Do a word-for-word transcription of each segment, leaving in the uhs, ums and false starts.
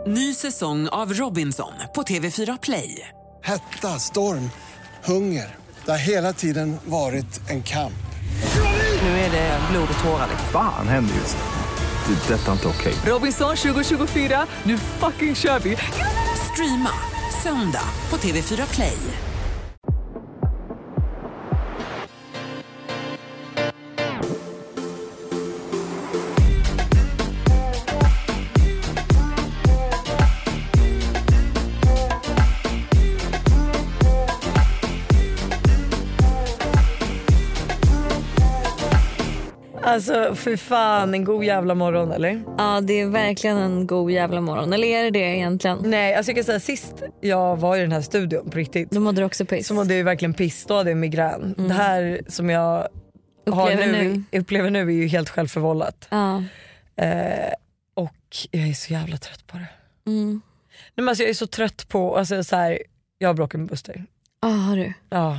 Ny säsong av Robinson på T V fyra Play. Hetta, storm, hunger. Det har hela tiden varit en kamp. Nu är det blod och tårar. Fan händer just det. Det är detta inte okej. Robinson tjugo tjugofyra, nu fucking kör vi. Streama söndag på T V fyra Play. Alltså för fan, en god jävla morgon eller? Ja, det är verkligen en god jävla morgon. Eller är det det egentligen? Nej, alltså jag kan säga sist jag var i den här studion på riktigt. Då mådde du också piss. Så mådde jag ju verkligen piss, då hade jag migrän. Mm. Det här som jag upplever har nu, nu. upplever nu är ju helt självförvållat. Ja. Eh, och jag är så jävla trött på det. Mm. Nej, men alltså jag är så trött på, alltså så här, jag har bråkat med Buster. Ja, har du? Ja.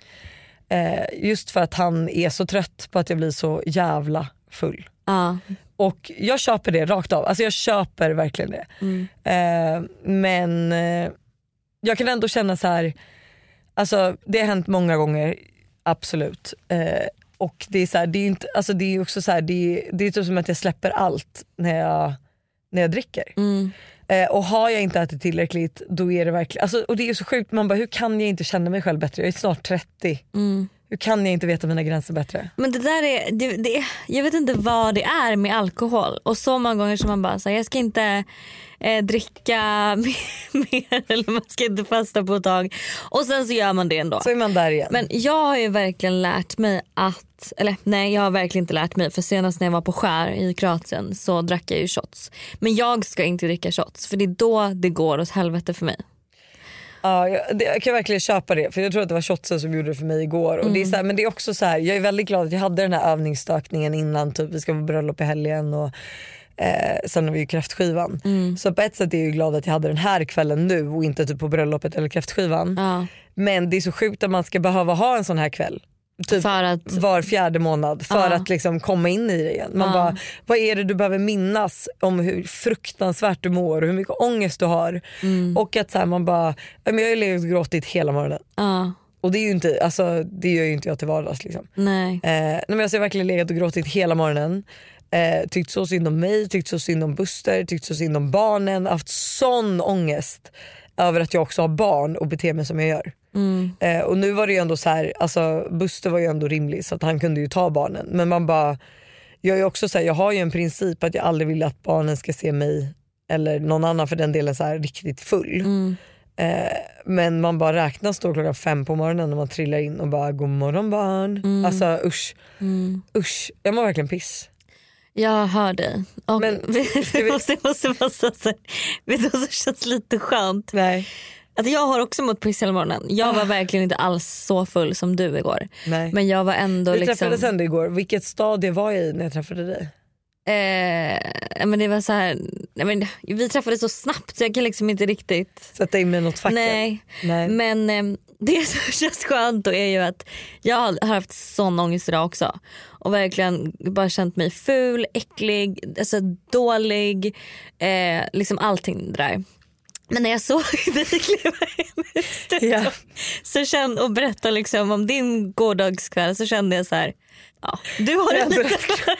Eh, just för att han är så trött på att jag blir så jävla full. Ja. Och jag köper det rakt av. Alltså jag köper verkligen det. Mm. Eh, men eh, jag kan ändå känna så här. Alltså det har hänt många gånger. Absolut. Eh, och det är så här, det är inte, alltså det är också så här, det är, det är typ som att jag släpper allt när jag, när jag dricker. Mm. Eh, och har jag inte ätit tillräckligt, då är det verkligen, alltså, och det är så sjukt, man bara, hur kan jag inte känna mig själv bättre? Jag är snart trettio. Mm. Hur kan jag inte veta mina gränser bättre? Men det där är, det, det, jag vet inte vad det är med alkohol. Och så många gånger som man bara säger, jag ska inte eh, dricka mer, mer eller man ska inte fasta på ett tag. Och sen så gör man det ändå. Så är man där igen. Men jag har ju verkligen lärt mig att, eller nej jag har verkligen inte lärt mig. För senast när jag var på skär i Kroatien så drack jag ju shots. Men jag ska inte dricka shots, för det är då det går åt helvete för mig. Ja, jag, det, jag kan verkligen köpa det. För jag tror att det var shotsen som gjorde det för mig igår. Och mm. det är så här, men det är också så här, jag är väldigt glad att jag hade den här övningsstökningen innan. Typ vi ska på bröllop i helgen. Och eh, sen har vi ju kräftskivan. Mm. Så på ett sätt är jag ju glad att jag hade den här kvällen nu. Och inte typ på bröllopet eller kräftskivan. Ja. Men det är så sjukt att man ska behöva ha en sån här kväll. Typ för att, var fjärde månad. För ja. att liksom komma in i det igen. Man ja. bara, vad är det du behöver minnas om hur fruktansvärt du mår och hur mycket ångest du har. Mm. Och att så här, man bara, jag har ju legat och gråtit hela morgonen. Ja. Och det är ju inte, alltså, det gör ju inte jag till vardags liksom. Nej. Eh, nej men alltså, jag har verkligen legat och gråtit hela morgonen. Eh, tyckt så synd om mig, tyckt så synd om Buster, tyckt så synd om barnen. Haft sån ångest över att jag också har barn och beter mig som jag gör. Mm. Eh, och nu var det ju ändå så här, alltså Buster var ju ändå rimlig så att han kunde ju ta barnen. Men man bara, jag är också så här, jag har ju en princip att jag aldrig vill att barnen ska se mig eller någon annan för den delen så här riktigt full. Mm. Eh, men man bara räknas då klockan fem på morgonen när man trillar in och bara, god morgon barn. Mm. Alltså usch, mm. usch, jag mår verkligen piss. Jag hör dig. Och men, vi, vi måste, måste vara så här, vet du vad som känns lite skönt? Nej. Att jag har också mått piss hela morgonen. Jag var ah. verkligen inte alls så full som du igår. Nej. Men jag var ändå vi liksom... Vi träffades ändå igår. Vilket stadie var jag i när jag träffade dig? Eh, men det var så här, men vi träffades så snabbt så jag kan liksom inte riktigt sätta in med något facket. Nej. Nej. Men eh, det som känns skönt då är ju att jag har haft sån ångest idag också. Och verkligen bara känt mig ful, äcklig, alltså dålig, eh, liksom allting där. Men när jag såg dig kliva in i studion yeah. så kände, och berätta liksom om din gårdagskväll, så kände jag så här, ja, du har det lite.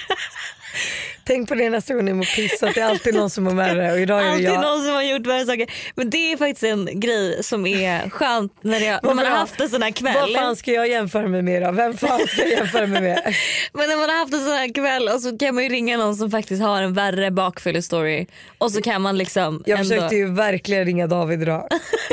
Tänk på det nästa gång ni mår piss, att det är alltid någon som mår värre. Och idag är alltid jag... någon som har gjort värre saker. Men det är faktiskt en grej som är skönt när, jag, när man har haft en sån här kväll. Vad fan ska jag jämföra mig med då? Vem fan ska jag jämföra mig med? Men när man har haft en sån här kväll och så kan man ju ringa någon som faktiskt har en värre bakfyllestory. Och så kan man liksom Jag ändå... försökte ju verkligen ringa David idag.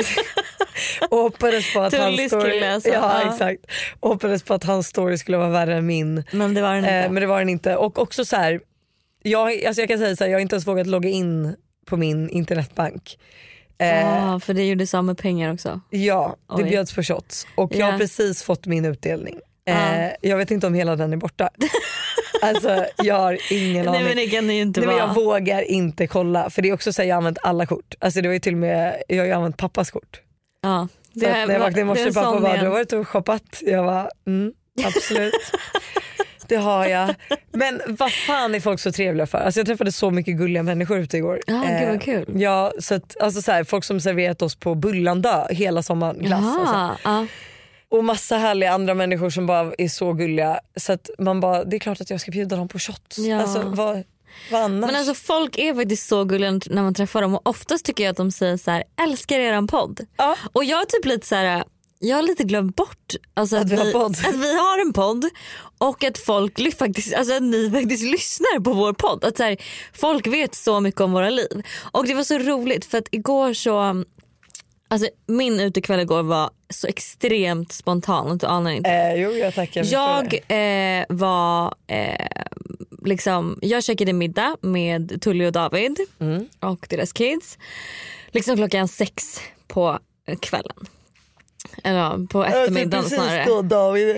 Och hoppades på att hans story... Alltså. Ja, ja, exakt. Och hoppades på att hans story skulle vara värre än min. Men det var den inte. Eh, men det var den inte. Och också så här... Jag, alltså jag kan säga så här, jag har inte ens vågat logga in på min internetbank. Ja, ah, för det gjorde samma pengar också. Ja, det Oj. bjöds på shots. Och jag yeah. har precis fått min utdelning. Ah. Eh, jag vet inte om hela den är borta. Alltså jag har ingen aning. Nej, men det kan det ju inte Nej, vara. men jag vågar inte kolla. För det är också så att jag har använt alla kort. Alltså det var ju till och med, jag har ju använt pappas kort. Ja. Så det, när jag vaknade i morse, pappa bara, du har varit och shoppat. Jag var, mm, absolut. Det har jag. Men vad fan är folk så trevliga för? Alltså jag träffade så mycket gulliga människor ute igår. Ja, gud vad kul. Eh, ja, så att, alltså så här, folk som serverat oss på Bullandö hela sommaren, glass och så. Ja. Och massa härliga andra människor som bara är så gulliga. Så att man bara, det är klart att jag ska bjuda dem på shots. Ja. Alltså vad, vad annars? Men alltså folk är faktiskt så gulliga när man träffar dem. Och oftast tycker jag att de säger så här: älskar eran podd. Ja. Och jag är typ lite så här. Jag har lite glömt bort alltså, att, att, vi har podd. att vi har en podd. Och att folk faktiskt, alltså att ni faktiskt lyssnar på vår podd. Att så här, folk vet så mycket om våra liv. Och det var så roligt för att igår så, alltså min utekväll igår var så extremt spontan. Du anar inte. Eh, jo, jag tackar. Jag eh, var eh, liksom, jag käkade middag med Tully och David mm. och deras kids. Liksom klockan sex på kvällen. Eller på eftermiddagen alltså, snarare. Då, David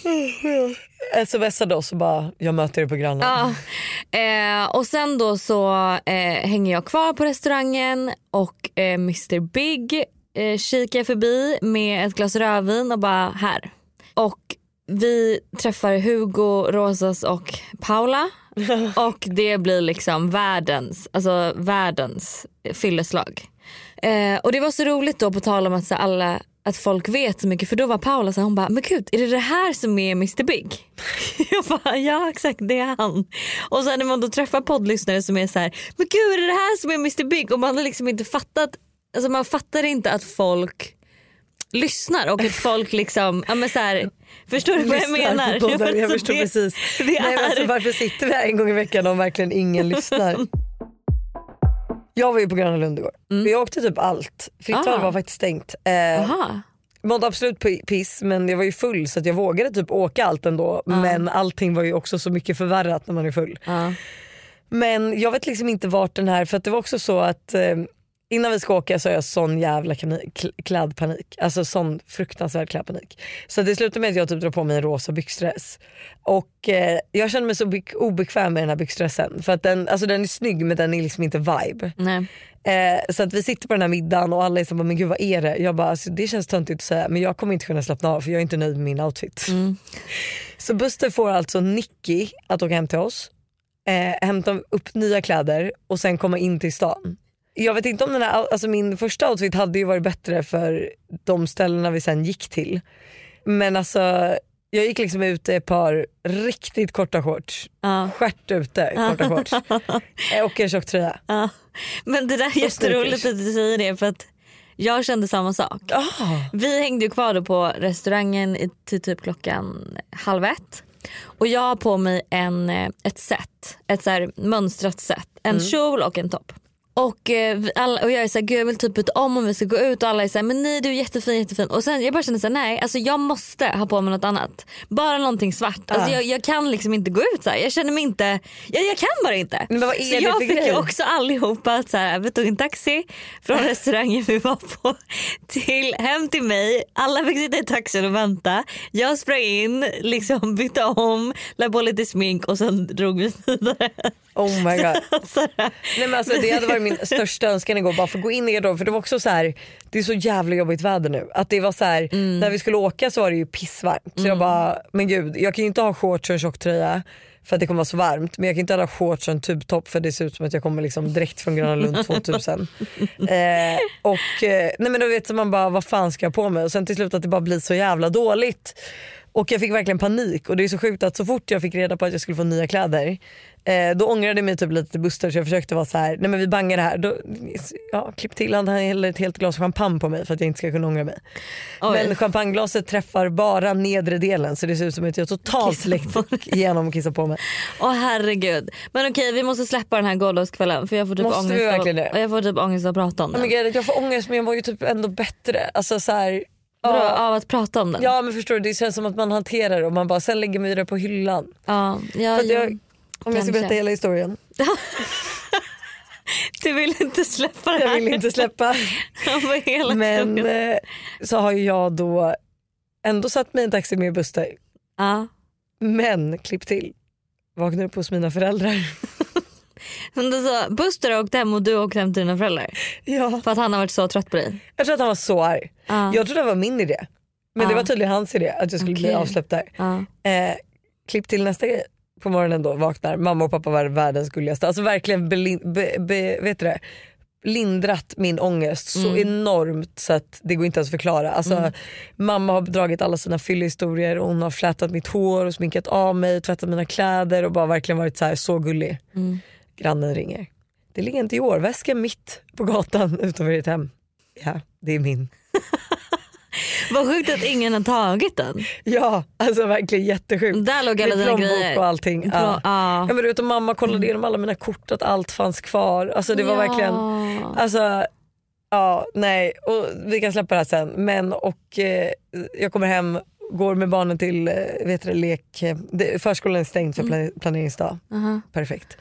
smsade oss och bara, jag möter er på grannen. Ja. Eh, och sen då så eh, hänger jag kvar på restaurangen och eh, mister Big eh, kikar förbi med ett glas rödvin och bara här. Och vi träffar Hugo, Rosas och Paula och det blir liksom världens, alltså världens fylleslag. Eh, och det var så roligt då på tal om att så alla att folk vet så mycket, för då var Paula så hon bara, men gud, är det det här som är mister Big? Jag bara, ja exakt, det är han. Och sen när man då träffar poddlyssnare som är så här, men gud, är det det här som är mister Big? Och man har liksom inte fattat, alltså man fattar inte att folk lyssnar och att folk liksom, ja men så här, förstår du vad jag menar? Jag, jag förstår det, precis. Det Nej, är... men alltså, varför sitter vi här en gång i veckan om verkligen ingen lyssnar? Jag var ju på Gröna Lund igår. Mm. Jag åkte typ allt. Frittval var faktiskt stängt. Eh, mådde absolut piss, men jag var ju full så att jag vågade typ åka allt ändå. Uh. Men allting var ju också så mycket förvärrat när man är full. Uh. Men jag vet liksom inte vart den här, för att det var också så att eh, innan vi ska åka så har jag sån jävla klädpanik. Alltså sån fruktansvärd klädpanik. Så det slutade med att jag typ drar på mig en rosa byxdress. Och eh, jag känner mig så obekväm med den här byxdressen. För att den, alltså den är snygg men den är liksom inte vibe. Nej. Eh, så att vi sitter på den här middagen och alla är så bara, men gud vad är det? Jag bara, alltså, det känns töntigt att säga, men jag kommer inte kunna slappna av för jag är inte nöjd med min outfit. Mm. Så Buster får alltså Nicky att åka hem till oss. Eh, hämta upp nya kläder och sen komma in till stan. Jag vet inte om den här, alltså min första outfit hade ju varit bättre för de ställena vi sen gick till. Men alltså jag gick liksom ut i ett par riktigt korta shorts. Uh. Stjärt ute, korta shorts. Och en tjock tröja. Uh. Men det där är jätteroligt att du säger det, för att jag kände samma sak. Oh. Vi hängde ju kvar då på restaurangen till typ klockan halv ett. Och jag har på mig en, ett set, ett så här mönstrat set. En mm. kjol och en topp. Och, alla, och jag är såhär, gud jag vill typ byta om om vi ska gå ut. Och alla är såhär, men nej du är jättefin, jättefin. Och sen jag bara känner såhär, nej alltså jag måste ha på mig något annat. Bara någonting svart. Alltså jag, jag kan liksom inte gå ut såhär. Jag känner mig inte, jag, jag kan bara inte. Men vad är så det jag fick ju också allihopa att såhär, vi tog en taxi från restaurangen vi var på till, hem till mig. Alla fick sitta i taxin och vänta. Jag sprang in, liksom bytte om, la på lite smink och sen drog vi vidare. Oh my god. Så, nej men alltså det hade varit min största önskan igår, bara för att gå in i det, för det var också så här, det är så jävla jobbigt väder nu att det var så här, mm. när vi skulle åka så var det ju pissvarmt så mm. jag bara, men gud jag kan ju inte ha shorts och en tjocktröja för att det kommer vara så varmt, men jag kan inte ha shorts och en tubtopp för det ser ut som att jag kommer liksom direkt från Gröna Lund tvåtusen. eh, och eh, nej men då vet man bara, vad fan ska jag på mig, och sen till slut att det bara blir så jävla dåligt. Och jag fick verkligen panik, och det är så sjukt att så fort jag fick reda på att jag skulle få nya kläder, eh, då ångrade jag mig typ lite till Buster, så jag försökte vara så här: nej men vi bangar det här. Då, ja, klipp till, han häller ett helt glas champagne på mig för att jag inte ska kunna ångra mig. Oj. Men champagneglaset träffar bara nedre delen, så det ser ut som att jag totalt släckt igenom och kissar på mig. Åh oh, herregud. Men okej, vi måste släppa den här gårdagskvällen, för jag får typ måste ångest, vi verkligen det? Och jag får typ ångest att prata om den. Oh my God, jag får ångest, men jag var ju typ ändå bättre. Alltså så här, Bra, av att prata om den. Ja men förstår du, det känns som att man hanterar det och man bara, sen lägger man det på hyllan. Ja, ja, för att jag, ja, om jag ska berätta hela historien. Du vill inte släppa det här. Jag vill inte släppa. hela men eh, så har ju jag då ändå satt mig i en taxi med Buster. Ja. Men klipp till, vaknar upp hos mina föräldrar. Men då så, Buster åkte hem och du åkte hem till dina föräldrar? Ja. För att han har varit så trött på dig? Jag tror att han var så arg. Uh. Jag trodde det var min idé. Men uh. det var tydligen hans idé att jag skulle okay. bli avsläppt där. Uh. Eh, klipp till nästa grej. På morgonen då vaknar mamma och pappa var världens gulligaste. Alltså verkligen belin- be, be, vet du det? lindrat min ångest så mm. enormt så att det går inte ens att förklara. Alltså, mm. mamma har dragit alla sina fyllehistorier och hon har flätat mitt hår och sminkat av mig, tvättat mina kläder och bara verkligen varit så här så gullig. Mm. Grannen ringer. Det ligger en Dior-väska mitt på gatan utanför ett hem. Ja, det är min. Vad sjukt att ingen har tagit den. Ja, alltså verkligen jättesjukt. Där låg alla dina grejer och allting. Ja. Ja. Ja, men utan mamma kollade igenom alla mina kort att allt fanns kvar. Alltså det var ja. verkligen alltså ja, nej, och vi kan släppa det här sen. Men och eh, jag kommer hem, går med barnen till vet du, lek. Det, förskolan är stängd för plan- planeringsdag. Uh-huh. Perfekt.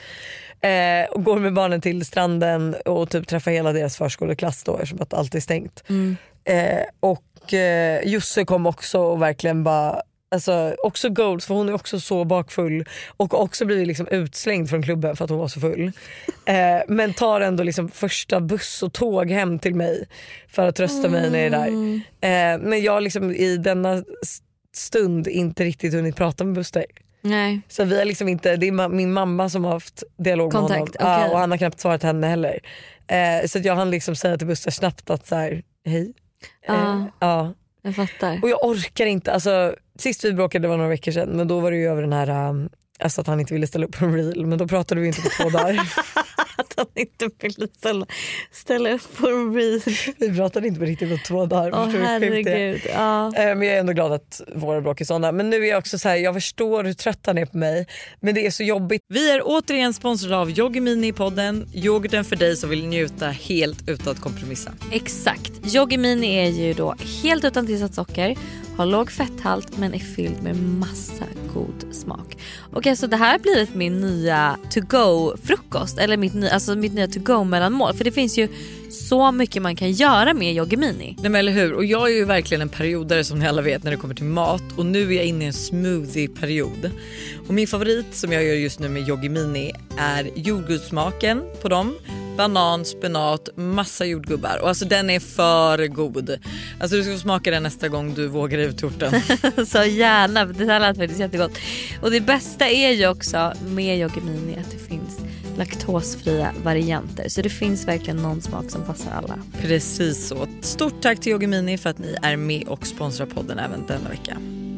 Eh, och går med barnen till stranden och typ träffar hela deras förskoleklass då eftersom att allt är stängt. Mm. Eh, och eh, Jusse kom också och verkligen bara alltså, också goals för hon är också så bakfull och också blir liksom utslängd från klubben för att hon var så full. Eh, men tar ändå liksom första buss och tåg hem till mig för att trösta mig när jag är där. Eh, men jag liksom i denna stund inte riktigt hunnit prata med Buster. Nej. Så vi har liksom inte, det är ma- min mamma som har haft dialog Kontakt, med honom okay. ja, och han har knappt svarat henne heller. Eh, så att jag hann liksom säga till Buster snabbt att så här, hej. Ja, eh, ja. Jag fattar. Och jag orkar inte, alltså sist vi bråkade det var några veckor sedan, men då var det ju över den här um, alltså att han inte ville ställa upp på en reel, men då pratade vi inte på två dagar. Att han inte ville ställa, ställa upp på en reel. Vi pratade inte på riktigt på två dagar. Åh herregud, ja. Men jag är ändå glad att våra bråk är sådana. Men nu är jag också så här, jag förstår hur trött han är på mig, men det är så jobbigt. Vi är återigen sponsrade av Yoggi Mini i podden. Yoghurten för dig som vill njuta helt utan att kompromissa. Exakt, Yoggi Mini är ju då helt utan tillsatt socker, har låg fetthalt men är fylld med massa god smak. Och alltså det här har blivit min nya to-go-frukost. Eller mitt, ny, alltså mitt nya to-go-mellanmål. För det finns ju så mycket man kan göra med Yoggi Mini. Nej, men eller hur? Och jag är ju verkligen en periodare som ni alla vet när det kommer till mat. Och nu är jag inne i en smoothie-period. Och min favorit som jag gör just nu med Yoggi Mini är jordgubbssmaken på dem. Banan, spenat, massa jordgubbar. Och alltså den är för god. Alltså du ska få smaka den nästa gång du vågar ut torten. Så gärna, det här lät faktiskt jättegott. Och det bästa är ju också med Yoggi Mini att det finns laktosfria varianter. Så det finns verkligen någon smak som passar alla. Precis så. Stort tack till Yoggi Mini för att ni är med och sponsrar podden även denna vecka.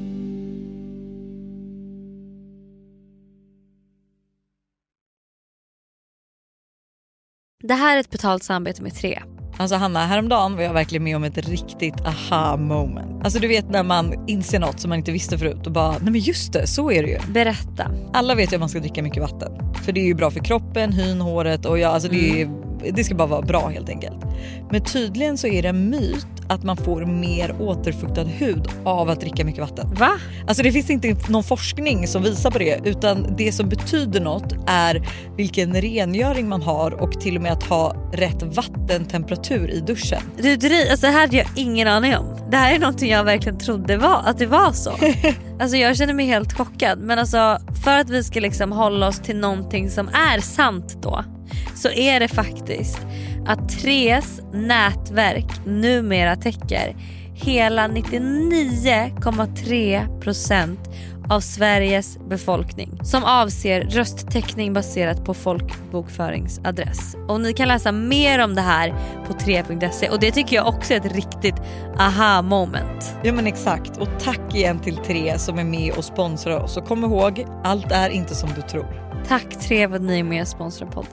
Det här är ett betalt samarbete med tre. Alltså Hanna, häromdagen var jag verkligen med om ett riktigt aha moment. Alltså du vet när man inser något som man inte visste förut och bara, nej men just det, så är det ju. Berätta. Alla vet ju att man ska dricka mycket vatten. För det är ju bra för kroppen, hyn, håret och ja, alltså det, är, det ska bara vara bra helt enkelt. Men tydligen så är det en myt att man får mer återfuktad hud av att dricka mycket vatten. Va? Alltså det finns inte någon forskning som visar på det, utan det som betyder något är vilken rengöring man har och till och med att ha rätt vattentemperatur i duschen. Du, du alltså det här hade jag ingen aning om. Det här är någonting jag verkligen trodde var, att det var så. Alltså jag känner mig helt chockad. Men alltså för att vi ska liksom hålla oss till någonting som är sant då, så är det faktiskt att Tres nätverk numera täcker hela nittionio komma tre procent av Sveriges befolkning, som avser rösttäckning baserat på folkbokföringsadress. Och ni kan läsa mer om det här på tre punkt se, och det tycker jag också är ett riktigt aha moment. Ja men exakt, och tack igen till Tre som är med och sponsrar oss. Och kom ihåg, allt är inte som du tror. Tack Tre för att ni är med och sponsrar podden.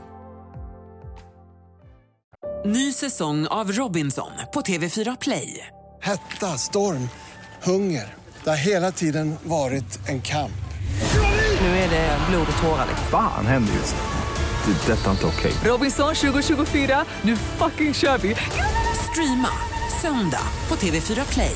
Ny säsong av Robinson på T V fyra Play. Hetta, storm, hunger. Det har hela tiden varit en kamp. Nu är det blod och tårar. Fan händer just det. Det är detta inte okej. Robinson tjugo tjugofyra, nu fucking kör vi. Streama söndag på T V fyra Play.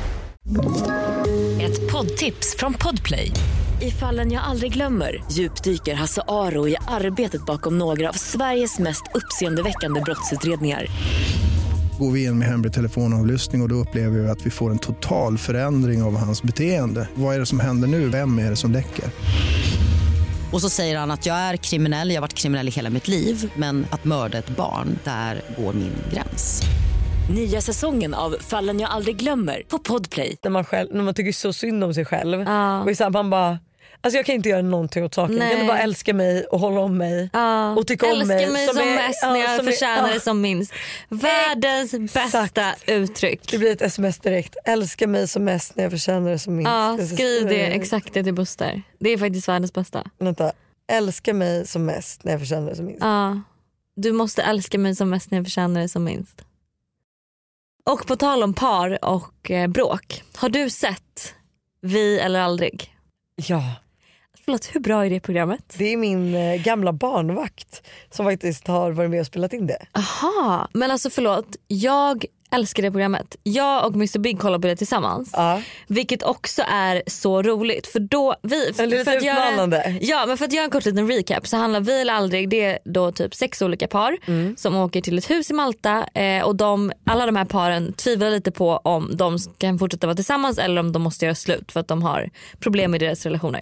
Ett poddtips från Podplay. I Fallen jag aldrig glömmer djupdyker Hasse Aro i arbetet bakom några av Sveriges mest uppseendeväckande brottsutredningar. Går vi in med hemlig telefonavlyssning och, och då upplever vi att vi får en total förändring av hans beteende. Vad är det som händer nu? Vem är det som läcker? Och så säger han att jag är kriminell, jag har varit kriminell i hela mitt liv, men att mörda ett barn, där går min gräns. Nya säsongen av Fallen jag aldrig glömmer på Podplay. När man, själv, när man tycker så synd om sig själv. Ah. Och så här, man bara, Alltså jag kan inte göra någonting åt saken. Nej. Jag kan bara älska mig och hålla om mig ja. och tycka älska om mig. Älska mig som, som är, mest när jag förtjänar det ja. som minst. Världens bästa Exakt. uttryck. Det blir ett sms direkt. Älska mig som mest när jag förtjänar det som minst. Ja, skriv det exakt det till Buster. Det är faktiskt världens bästa. Vänta. Älska mig som mest när jag förtjänar det som minst. Ja. Du måste älska mig som mest när jag förtjänar det som minst. Och på tal om par och eh, bråk. Har du sett Vi eller aldrig? Ja. Förlåt, hur bra är det programmet? Det är min eh, gamla barnvakt som faktiskt har varit med och spelat in det. Aha, men alltså förlåt. Jag älskar det programmet. Jag och mister Big kollar på det tillsammans. Ja. Vilket också är så roligt. För då vi, för, lite för att utmanande. Göra, ja, men för att göra en kort liten recap så handlar Vi eller aldrig, det är då typ sex olika par mm. som åker till ett hus i Malta eh, och de, alla de här paren tvivlar lite på om de kan fortsätta vara tillsammans eller om de måste göra slut för att de har problem med deras relationer.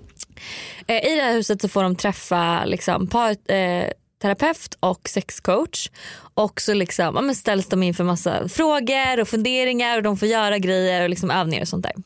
Eh, I det här huset så får de träffa liksom par, eh, terapeut och sexcoach och så liksom, ja, men ställs de inför massa frågor och funderingar och de får göra grejer och liksom övningar och sånt där.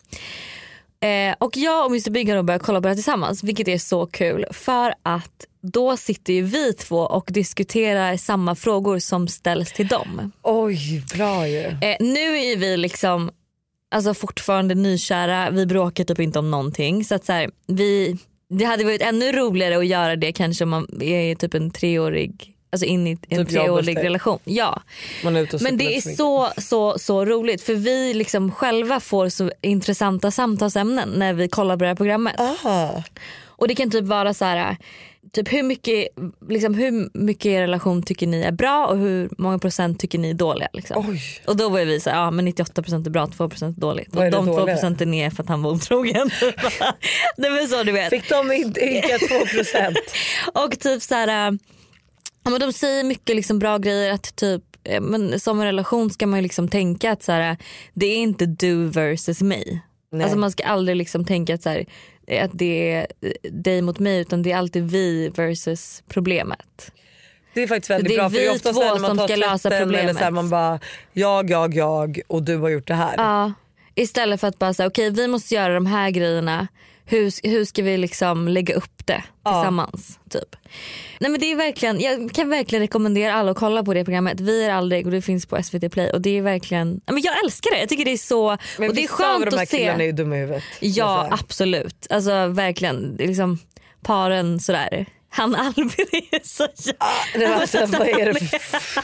Eh, och jag och mister Big har börjat kolla på det tillsammans, vilket är så kul för att då sitter ju vi två och diskuterar samma frågor som ställs till dem. Oj, bra ju. Eh, nu är vi liksom alltså fortfarande nykära, vi bråkar typ inte om någonting så att så här, vi det hade varit ännu roligare att göra det kanske om man är typ en treårig, alltså in i en typ treårig relation. Ja. Man är ute och men det är så, så, så roligt för vi liksom själva får så intressanta samtalsämnen när vi kollar på det här programmet. Aha. Och det kan typ vara så här, typ hur mycket, liksom hur mycket i relation tycker ni är bra och hur många procent tycker ni är dåliga liksom. Oj. Och då var vi så här, ja men nittioåtta procent är bra, två procent är dåligt. Vad och de dåliga? två procent är för att han var otrogen. Det var så du vet. Fick de inte ynka två procent? Och typ så här, ja, men de säger mycket liksom bra grejer att typ men som en relation ska man ju liksom tänka att så här, det är inte du versus mig. Nej. Alltså man ska aldrig liksom tänka att så här, att det är dig mot mig utan det är alltid vi versus problemet. Det är faktiskt väldigt det är bra vi för ofta två när man som tar ska lösa problemet. Eller så här, man bara jag, jag, jag och du har gjort det här. Ja, istället för att bara säga okej okay, vi måste göra de här grejerna. Hur, hur ska vi liksom lägga upp det tillsammans ja. typ. Nej men det är verkligen, jag kan verkligen rekommendera alla att kolla på det programmet. Vi är aldrig och det finns på S V T Play och det är verkligen, men jag älskar det. Jag tycker det är så men och det är skönt de här att se. Killarna är ju dumma i huvudet. Ja, absolut. Alltså verkligen liksom paren sådär. Han Albin är så ah, det var alltså, vad är det för...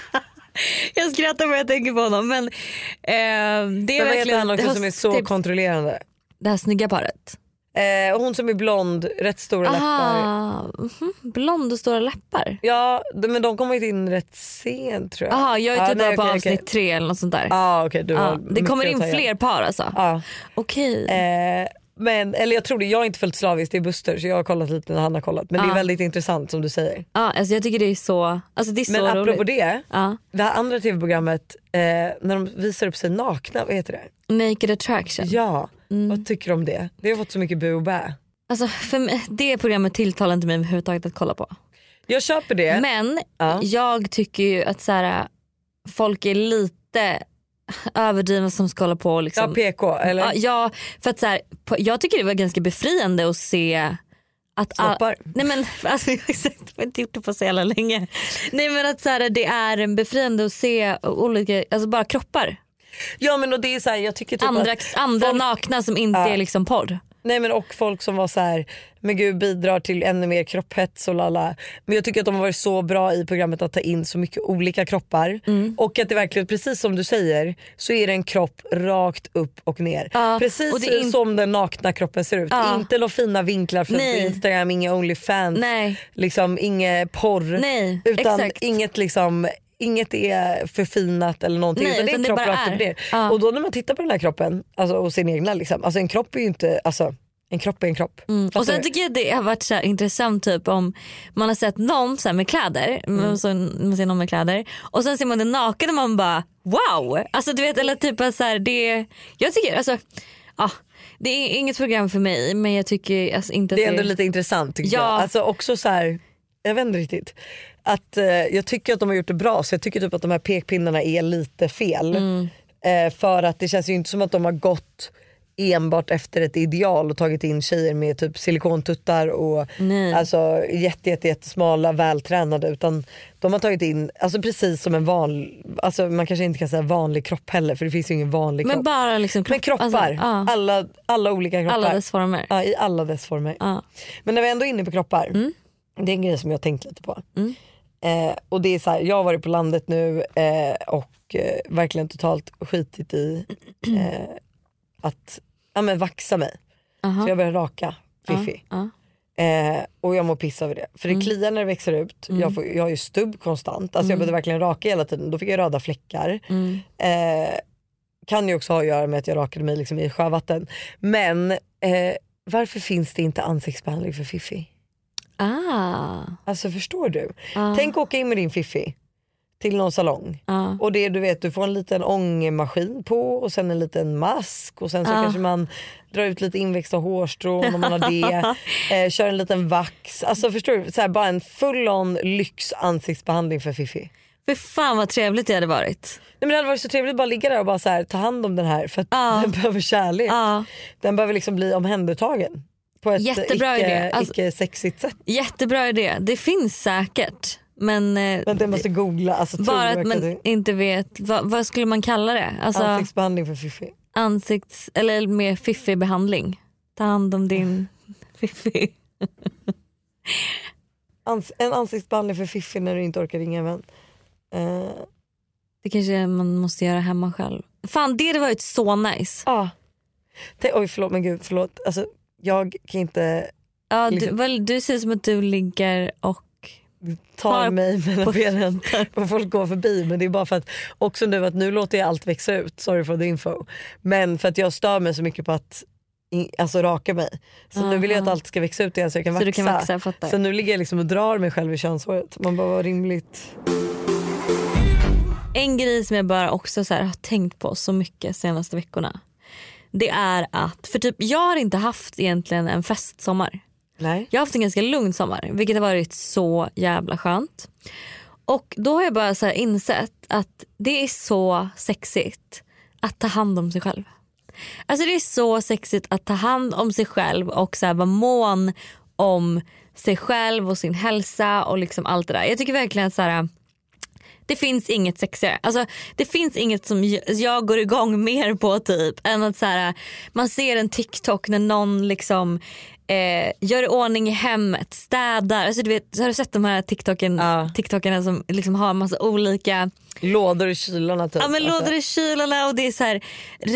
Jag skrattar när jag tänker på honom men eh, det är men verkligen vad heter han också som är så typ, kontrollerande? Det här snygga paret. Eh, hon som är blond, rätt stora Aha, läppar. Mm-hmm. Blond och stora läppar. Ja, men de kommer in rätt sent tror jag. Jaha, jag är typ ah, nej, på okay, avsnitt okay. tre eller något sånt där. Ah, okay, du ah, det kommer in fler par alltså. Ah. Okej. Okay. Eh, men eller jag tror det, jag har inte följt slaviskt, det är Buster så jag har kollat lite när han har kollat. Men ah. det är väldigt intressant som du säger. Ja, ah, alltså jag tycker det är så, alltså det är så men roligt. Men apropå det, ah. det här andra tv-programmet eh, när de visar upp sig nakna, vad heter det? Naked Attraction. Ja, mm. vad tycker du om det? Det har fått så mycket bu och bä. Alltså för mig, det programmet tilltalar inte mig överhuvudtaget att kolla på. Jag köper det. Men ja. jag tycker ju att så här, folk är lite överdrivna som ska hålla på liksom. Ja, P K eller? Ja, för att så här, jag tycker det var ganska befriande att se att all, nej men alltså, jag har inte gjort det på så jävla länge. Nej men att så här, det är befriande att se olika, alltså bara kroppar. Ja men och det är så här, jag tycker typ andra, att andra folk, nakna som inte ja. är liksom porr. Nej men och folk som var så här, men gud bidrar till ännu mer kropphets och lala. Men jag tycker att de har varit så bra i programmet att ta in så mycket olika kroppar. Mm. Och att det verkligen, precis som du säger, så är det en kropp rakt upp och ner. Ja, precis och in... som den nakna kroppen ser ut. Ja. Inte några fina vinklar från Instagram, inga OnlyFans, Nej. liksom inget porr. Nej, utan exakt. inget liksom... Inget är förfinat eller någonting. Nej, utan det är en kropp rakt upp ner. Ja. Och då när man tittar på den här kroppen, alltså, och sin egna liksom, alltså en kropp är ju inte, alltså en kropp är en kropp. Mm. Och sen tycker jag det har varit så här intressant typ om man har sett någon så här med kläder, mm. så man ser någon med kläder och sen ser man den naken och man bara wow. Alltså du vet, eller typ så här, det, jag tycker alltså ja, det är inget program för mig men jag tycker alltså, inte att det är ändå det... lite intressant tycker ja. jag. Alltså också så här, jag vet inte riktigt. Att eh, jag tycker att de har gjort det bra så jag tycker typ att de här pekpinnarna är lite fel. Mm. Eh, för att det känns ju inte som att de har gått enbart efter ett ideal och tagit in tjejer med typ silikontuttar och Nej. alltså jätte, jätte, jättesmala, vältränade, utan de har tagit in alltså precis som en vanlig, alltså man kanske inte kan säga vanlig kropp heller för det finns ju ingen vanlig kropp. Men bara liksom kropp, Men kroppar, alltså, ja. alla, alla olika kroppar. Alla dess former. Ja, i alla dess former. Ja. Men när vi ändå är inne på kroppar, Mm. det är en grej som jag har tänkt lite på. Mm. Eh, och det är så här, jag har varit på landet nu eh, och eh, verkligen totalt skitit i eh, att ja, men vaxa mig. Aha. Så jag börjar raka Fifi. Ja, Eh, och jag mår piss över det. För det Mm. kliar när det växer ut. Mm. Jag, får, jag har ju stubb konstant. Alltså jag behövde verkligen raka hela tiden. Då fick jag röda fläckar. Mm. Eh, kan ju också ha att göra med att jag rakade mig liksom i sjövatten. Men eh, varför finns det inte ansiktsbehandling för Fifi? Ah. Alltså förstår du? Ah. Tänk åka in med din Fifi till någon salong. Ah. Och det du vet, du får en liten ångmaskin på och sen en liten mask och sen så Ah. kanske man drar ut lite inväxta hårstrån om man har det. eh, kör en liten vax. Alltså förstår du? Så här, bara en full-on lyx ansiktsbehandling för Fifi. För fan vad trevligt det hade varit. Nej, men det hade varit så trevligt att bara ligga där och bara så här, ta hand om den här för att Ah. den behöver kärlek. Ah. Den behöver liksom bli omhändertagen på ett Jättebra icke, idé. Alltså- icke sexigt sätt. Jättebra idé. Det finns säkert. Men, eh, Men jag måste googla. Alltså, bara tror att jag man att inte vet. Vad, vad skulle man kalla det? Alltså, ansiktsbehandling för Fifi. ansikts, eller mer fiffig behandling. Ta hand om din Fifi. Ans- en ansiktsbehandling för Fifi när du inte orkar ringa en vän. Eh, Det kanske man måste göra hemma själv. Fan, det hade varit så nice. ah. Tänk- Oj förlåt men gud förlåt. Alltså, jag kan inte Ja, du, liksom- väl, du ser som att du ligger och ta Tar mig mellan på- benen och folk går förbi. Men det är bara för att också nu att nu låter jag allt växa ut. Sorry for the info. Men för att jag stör mig så mycket på att i, alltså raka mig. Så nu vill jag att Aha. allt ska växa ut igen så jag kan så vaxa. du kan växa, jag fattar. Så nu ligger jag liksom och drar mig själv i könshåret. Man bara, vad rimligt. En grej som jag bara också så här har tänkt på så mycket senaste veckorna. Det är att, för typ jag har inte haft egentligen en festsommar. Nej. Jag har haft en ganska lugn sommar, vilket har varit så jävla skönt. Och då har jag bara så här insett att det är så sexigt att ta hand om sig själv. Alltså det är så sexigt att ta hand om sig själv och så här vara mån om sig själv och sin hälsa och liksom allt det där. Jag tycker verkligen att så här, det finns inget sexigare. Alltså, det finns inget som jag går igång mer på typ än att så här, man ser en TikTok när någon liksom eh, gör i ordning i hemmet, städar. Alltså, du vet, har du sett de här TikToken, Ja. TikTokerna som liksom har en massa olika Lådor i kylarna typ. ja, men Alltså. lådor i kylarna och det är så här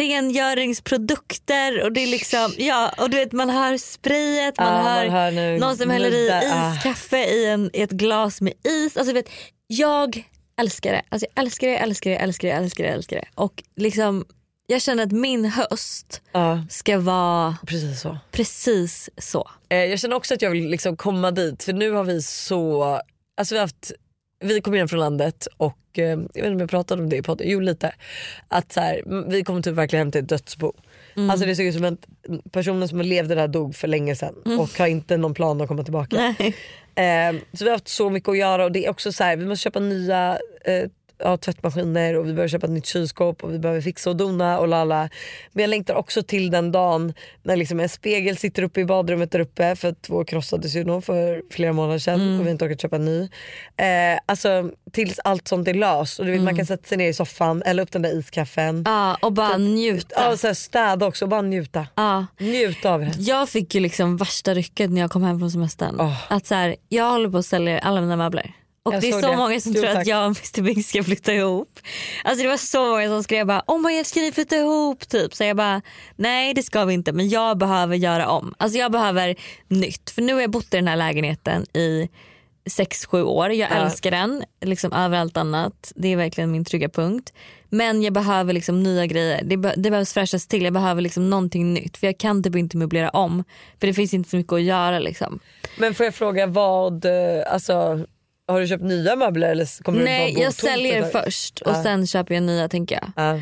rengöringsprodukter och det är liksom ja, och du vet man hör sprayet, man, Ja, hör, man hör nu någon som häller i glida, ah. iskaffe i, en, i ett glas med is. Alltså du vet, jag älskar det. Alltså jag älskar det, älskar det, älskar det, älskar det, älskar det. Och liksom jag känner att min höst Ja, ska vara precis så. precis så. Eh, jag känner också att jag vill liksom komma dit. För nu har vi så... Alltså vi har haft... Vi kommer in från landet och eh, jag vet inte om jag pratade om det i podden. Jo lite. Att så här, m- vi kommer typ verkligen hem till ett dödsbo. Mm. Alltså det såg ut som att personen som levde där dog för länge sedan. Och har inte någon plan att komma tillbaka. Nej. Eh, så vi har haft så mycket att göra och det är också så här, vi måste köpa nya eh, ja, tvättmaskiner och vi behöver köpa ett nytt kylskåp och vi behöver fixa och dona och lala. Men jag längtar också till den dagen när liksom en spegel sitter uppe i badrummet där uppe för att vår krossades ju nog för flera månader sedan Mm. och vi har inte orkat köpa en ny. Eh, alltså tills allt sånt är löst och du vet, man kan sätta sig ner i soffan eller upp den där iskaffen. Ja, och bara njuta. Ja, och så här, städa också och bara njuta. Ja. Njuta av det. Jag fick ju liksom värsta rycket när jag kom hem från semestern. Åh. Att så här, jag håller på att sälja alla mina möbler. Och Jag det är såg så det. många som Jo, tror tack. att jag och mister Big ska flytta ihop. Alltså det var så många som skrev bara, oh my God, ska ni flytta ihop typ? Så jag bara, nej det ska vi inte, men jag behöver göra om. Alltså jag behöver nytt. För nu har jag bott i den här lägenheten i sex sju år. Jag Ja. älskar den liksom över allt annat. Det är verkligen min trygga punkt. Men jag behöver liksom nya grejer. Det, be- det behövs fräschas till. Jag behöver liksom någonting nytt. För jag kan typ inte möblera om. För det finns inte så mycket att göra liksom. Men får jag fråga vad, eh, alltså har du köpt nya möbler eller kommer Nej, du bara bo jag tomt säljer ett tag? först och Ja. sen köper jag nya tänker jag. Ja.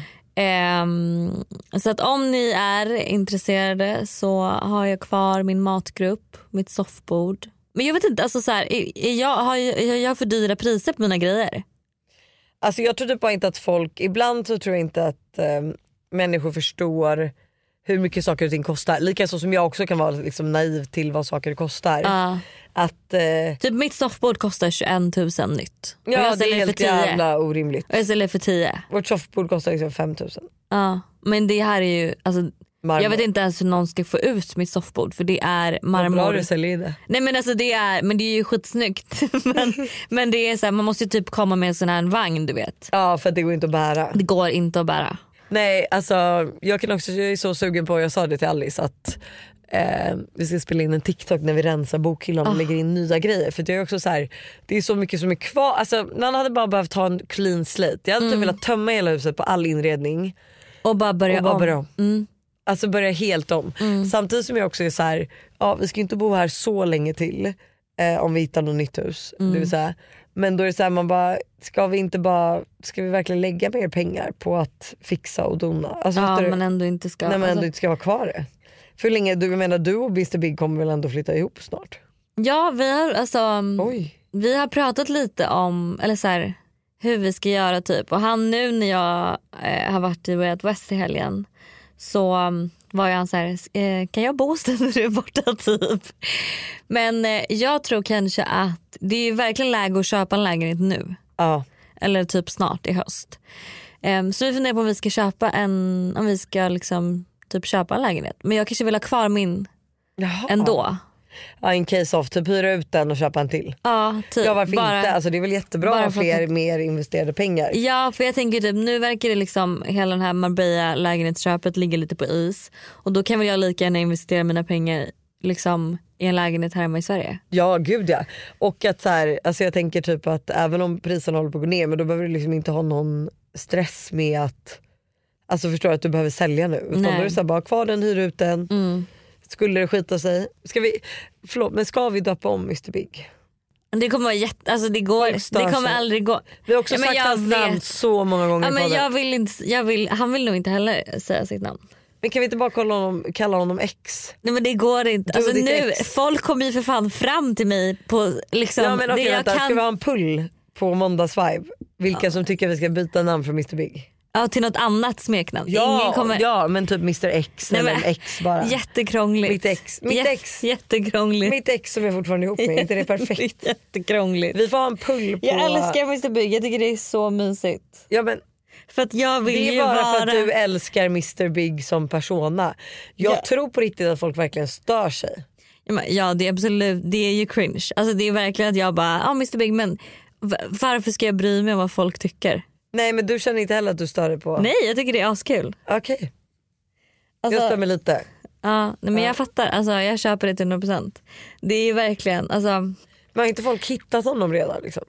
Ehm, så att om ni är intresserade så har jag kvar min matgrupp, mitt soffbord. Men jag vet inte, alltså så här, är- är jag, har jag, jag jag för dyra priser på mina grejer? Alltså jag tror typ bara inte att folk, ibland så tror jag inte att eh, människor förstår hur mycket saker och ting kostar. Likaså som jag också kan vara liksom naiv till vad saker kostar. Ja. Att, eh, Typ mitt soffbord kostar tjugoett tusen nytt. Och ja, jag det är säljer helt för tio. jävla orimligt. Och jag säljer för tio. Vårt soffbord kostar liksom fem tusen. Ja, men det här är ju alltså, Marmor. jag vet inte ens hur någon ska få ut mitt soffbord för det är Vad marmor. bra du säljer det. Nej men alltså det är, men det är ju skitsnyggt. men, men det är så här, man måste ju typ komma med en sån här vagn, du vet. Ja, för att det går inte att bära. Det går inte att bära. Nej, alltså jag kan också, jag är så sugen på, jag sa det till Alice att eh, vi ska spela in en TikTok när vi rensar bokhyllan och Oh. lägger in nya grejer. För det är också så här, det är så mycket som är kvar. Alltså man hade bara behövt ta en clean slate. Jag hade Mm. inte velat tömma hela huset på all inredning. Och bara börja och bara om. börja om. Mm. Alltså börja helt om. Mm. Samtidigt som jag också är så här, ja vi ska inte bo här så länge till eh, om vi hittar något nytt hus. Mm. Det vill säga. Men då är det så här, man bara, ska vi inte bara, ska vi verkligen lägga mer pengar på att fixa och dona? Alltså, Ja fattar du? men ändå inte ska. Nej men alltså, ändå inte ska vara kvar det. För hur länge, du jag menar du och mister Big kommer väl ändå flytta ihop snart? Ja vi har alltså, Oj. vi har pratat lite om, eller så här, hur vi ska göra typ. Och han nu när jag eh, har varit i Way Out West i helgen så um, var jag så här, eh, kan jag bo hos dig när du är borta typ? Men eh, jag tror kanske att det är verkligen läge att köpa en lägenhet nu. Ja. Eller typ snart i höst. Um, så vi funderar på om vi ska köpa en, om vi ska liksom typ köpa en lägenhet. Men jag kanske vill ha kvar min Jaha. ändå. Ja, in case of, typ hyra ut den och köpa en till. Ja, typ. Ja varför bara, inte? Alltså det är väl jättebra bara att ha för fler att- mer investerade pengar. Ja, för jag tänker typ nu verkar det liksom hela den här Marbella lägenhetsköpet ligga lite på is. Och då kan väl jag lika gärna investera mina pengar liksom i en lägenhet här hemma i Sverige. Ja gud ja. Och att så här, alltså jag tänker typ att även om priserna håller på att gå ner, men då behöver du liksom inte ha någon stress med att, alltså förstår att du behöver sälja nu. Utan då är det så här, bara kvar den, hyr ut den. Mm. Skulle det skita sig? Ska vi, förlåt men ska vi döpa om mister Big? Det kommer vara jätte, alltså det går, Folk stör det kommer sig. aldrig gå. Vi har också Ja, men sagt jag hans namn vet. så många gånger Ja, i men podden. jag vill inte, jag vill, han vill nog inte heller säga sitt namn. Men kan vi inte bara kolla honom, kalla honom X? Nej men det går inte. Du Alltså och ditt nu, ex. folk kommer ju för fan fram till mig på liksom, Ja men okej det jag vänta, kan, ska vi ha en pull på måndagsvibe? Vilka som tycker vi ska byta namn för mister Big? ja, till något annat smeknamn. Ja, Ingen kommer, ja men typ mister X Nej, eller men- X bara. jättekrångligt. Mitt ex. Mitt Jä- ex. Jättekrångligt. Mitt ex som jag fortfarande är ihop med, inte det är perfekt? Jättekrångligt. Vi får ha en pull på... Jag älskar mister Big, jag tycker det är så mysigt. Ja men För att jag vill det är ju bara vara... för att du älskar mister Big som persona. Jag Ja. tror på riktigt att folk verkligen stör sig. Ja, men, ja det är absolut, det är ju cringe. Alltså det är verkligen att jag bara, ja mister Big men v- varför ska jag bry mig om vad folk tycker? Nej men du känner inte heller att du stör dig på... Nej jag tycker det är askul. Okej, Alltså, jag stämmer lite. ja, nej, men Ja. jag fattar, alltså, jag köper det till hundra procent. Det är ju verkligen, alltså, Men har inte folk hittat honom redan liksom?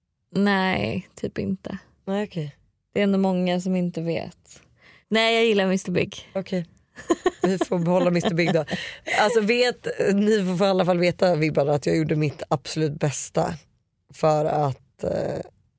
nej typ inte. Nej okej. Det är ändå många som inte vet. Nej jag gillar mister Big. Okej. Vi får behålla mister Big då. Alltså vet, ni får i alla fall veta vibbarna att jag gjorde mitt absolut bästa för att eh,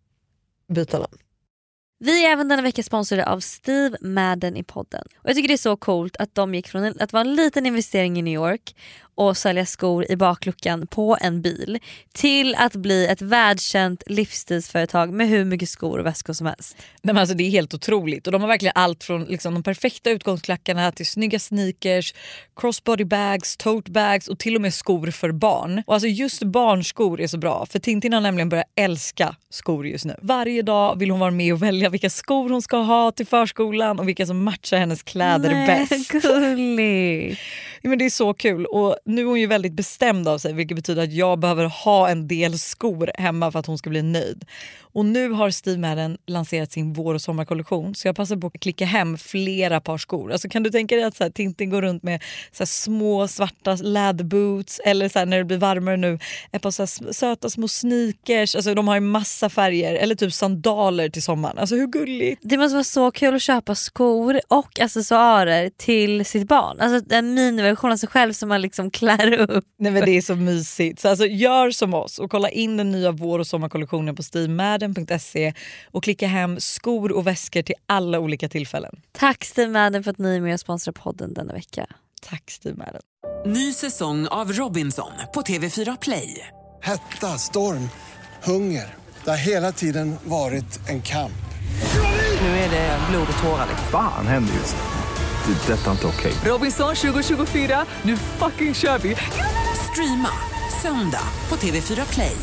byta namn. Vi är även denna vecka sponsrade av Steve Madden i podden. Och jag tycker det är så coolt att de gick från en, att vara en liten investering i New York och sälja skor i bakluckan på en bil till att bli ett världskänt livsstilsföretag med hur mycket skor och väskor som helst. Nej, men alltså, det är helt otroligt och de har verkligen allt från liksom, de perfekta utgångsklackarna till snygga sneakers, crossbody bags, tote bags och till och med skor för barn. Och alltså just barnskor är så bra för Tintin har nämligen börjat älska skor just nu. Varje dag vill hon vara med och välja vilka skor hon ska ha till förskolan och vilka som matchar hennes kläder Nej, bäst. gullig. Ja, men det är så kul och nu är hon ju väldigt bestämd av sig vilket betyder att jag behöver ha en del skor hemma för att hon ska bli nöjd. Och nu har Steve Madden lanserat sin vår- och sommarkollektion så jag passar på att klicka hem flera par skor. Alltså kan du tänka dig att så här, Tintin går runt med så här, små svarta läderboots eller så här, när det blir varmare nu ett par så här, söta små sneakers. Alltså de har ju massa färger eller typ sandaler till sommaren. Alltså hur gulligt? Det måste vara så kul att köpa skor och accessoarer till sitt barn. Alltså en miniversion av sig själv som man liksom klär upp. Nej men det är så mysigt. Så alltså gör som oss och kolla in den nya vår- och sommarkollektionen på steve madden punkt se och klicka hem skor och väskor till alla olika tillfällen. Tack Steve Madden för att ni är med och sponsrar podden denna vecka. Tack Steve Madden. Ny säsong av Robinson på T V fyra Play. Hetta, storm, hunger. Det har hela tiden varit en kamp. Nu är det blod och tårar. Fan händer just det. Det. Detta är inte okej. Robinson tjugo tjugofyra, nu fucking kör vi! Streama söndag på T V fyra Play.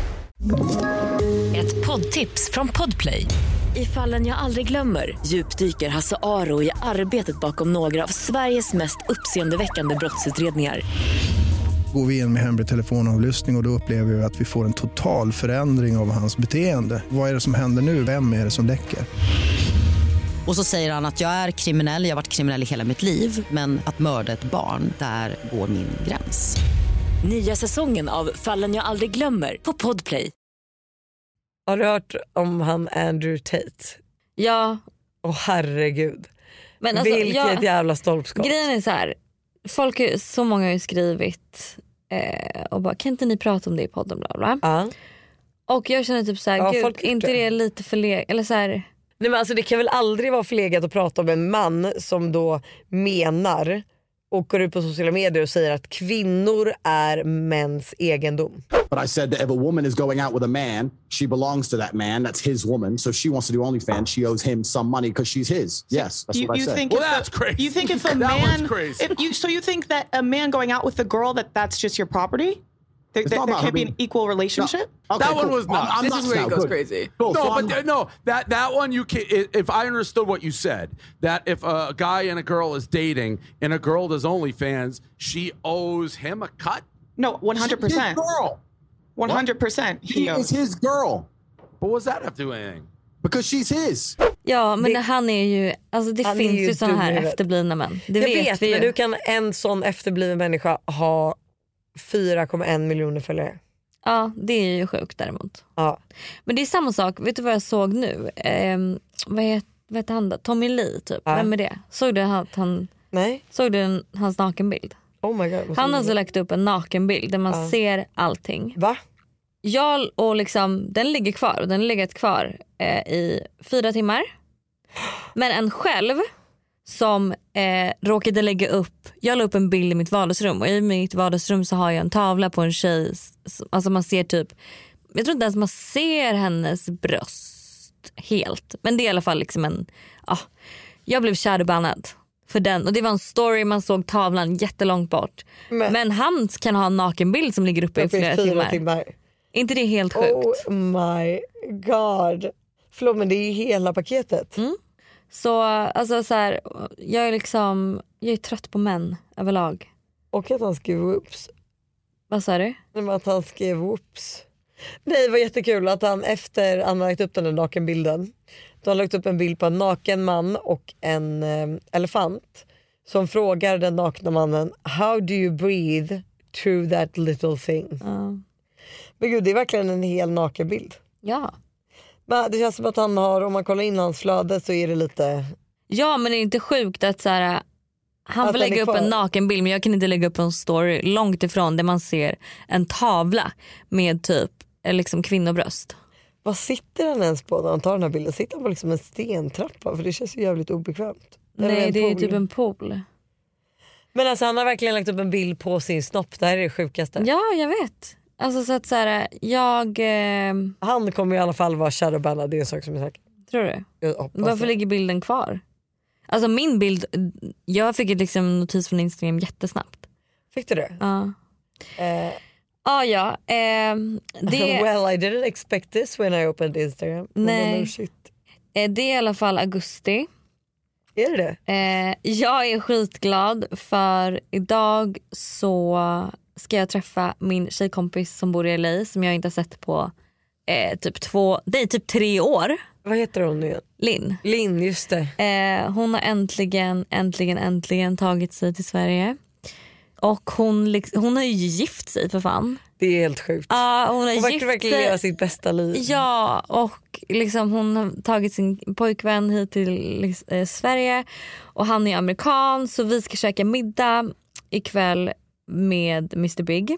Ett poddtips från Podplay. I fallen jag aldrig glömmer djupdyker Hasse Aro i arbetet bakom några av Sveriges mest uppseendeväckande brottsutredningar. Går vi in med hemlig telefonavlyssning och, och då upplever vi att vi får en total förändring av hans beteende. Vad är det som händer nu? Vem är det som läcker? Och så säger han att jag är kriminell, jag har varit kriminell i hela mitt liv. Men att mörda ett barn, där går min gräns. Nya säsongen av Fallen jag aldrig glömmer på Podplay. Har du hört om han Andrew Tate? Ja. Åh herregud. Men alltså, vilket jag, jävla stolpskott. Grejen är så här, folk är, så många har ju skrivit eh, och bara, kan inte ni prata om det i podden bla bla. Ja. Och jag känner typ så här, Ja, gud, inte det är lite förlegat eller så här. Nej men alltså det kan väl aldrig vara förlegat att prata om en man som då menar och går ut på sociala medier och säger att kvinnor är mäns egendom. But I said that if a woman is going out with a man, she belongs to that man. That's his woman. So if she wants to do OnlyFans, she owes him some money because she's his. Yes, that's you, what I you said. Think well, if that's a, crazy. You think if a that man, was crazy. If you, so you think that a man going out with a girl, that that's just your property? There, there, there can't be an equal relationship? No. Okay, that one cool. was not. I'm, I'm this is where now. it goes Good. crazy. Cool. No, So but I'm- th- no, that that one you can. If I understood what you said, that if a guy and a girl is dating and a girl does OnlyFans, she owes him a cut. No, one hundred percent. She's his girl. One hundred percent. He is his girl. But what's that have to do with anything? Because she's his. Ja men Det- han är ju, alltså det Han är finns ju ju såna dum i här huvudet. efterblivna män. Det Jag vet, vet vi ju. men hur kan en sån efterbliven människa ha fyra komma en miljoner följare? Ja det är ju sjukt däremot. Ja. Men det är samma sak, vet du vad jag såg nu? Ehm, vad, heter, vad heter han då? Tommy Lee typ, Ja. vem är det? Såg du att han, Nej. såg du en, hans nakenbild? Oh my god. Han har alltså lagt upp en nakenbild där man Ja. ser allting. Va? Jag och liksom, den ligger kvar och den har legat kvar eh, i fyra timmar. Men en själv som eh, råkade lägga upp, jag la upp en bild i mitt vardagsrum och i mitt vardagsrum så har jag en tavla på en tjej, s- alltså man ser typ, jag tror inte ens man ser hennes bröst helt, men det är i alla fall liksom en, ja, jag blev shadowbannad för den och det var en story, man såg tavlan jättelångt bort. Men, men han kan ha en nakenbild som ligger uppe i Uppe i flera fyra timmar. timmar. Inte det är helt sjukt? Oh my god. Förlåt men det är ju hela paketet. Mm. Så alltså så här, jag är liksom, jag är trött på män överlag. Och att han skrev whoops. Vad sa du? Nej, men att han skrev whoops. Nej det var jättekul att han efter han har lagt upp den där nakenbilden. Då har han lagt upp en bild på en naken man och en eh, elefant. Som frågar den nakna mannen: how do you breathe through that little thing? Ja. Men gud det är verkligen en hel nakenbild. Ja. Men det känns som att han har, om man kollar in hans flöde så är det lite... Ja men det är inte sjukt att så här, han Att får den lägga är upp kvar. en nakenbild men jag kan inte lägga upp en story långt ifrån där man ser en tavla med typ eh, liksom kvinnobröst. Vad sitter han ens på när han tar den här bilden? Sitter han på liksom en stentrappa? För det känns ju jävligt obekvämt. Eller Nej en det är ju pool. typ en pool. Men alltså han har verkligen lagt upp en bild på sin snopp. Det här är det sjukaste. Ja jag vet. Alltså så att så här, jag... Eh, Han kommer i alla fall vara shadowbannad, det är en sak som är säker. tror du? Jag hoppas Varför det. ligger bilden kvar? Alltså min bild, jag fick ett liksom notis från Instagram jättesnabbt. Fick du det? Ja. Eh, Ah, ja, eh, det, well I didn't expect this when I opened Instagram. Nej. Oh, shit. eh, det är i alla fall augusti. Är det det? Eh, jag är skitglad för idag så ska jag träffa min tjejkompis som bor i L A som jag inte har sett på eh, typ två, nej typ tre år. Vad heter hon nu? Linn. Linn, just det. Eh, hon har äntligen, äntligen, äntligen tagit sig till Sverige. Och hon, liksom, hon har ju gift sig för fan. Det är helt sjukt. Ja, hon har Hon verkar gift verkligen sig. leva sitt bästa liv. Ja, och liksom hon har tagit sin pojkvän hit till eh, Sverige. Och han är amerikan så vi ska käka middag ikväll med mister Big.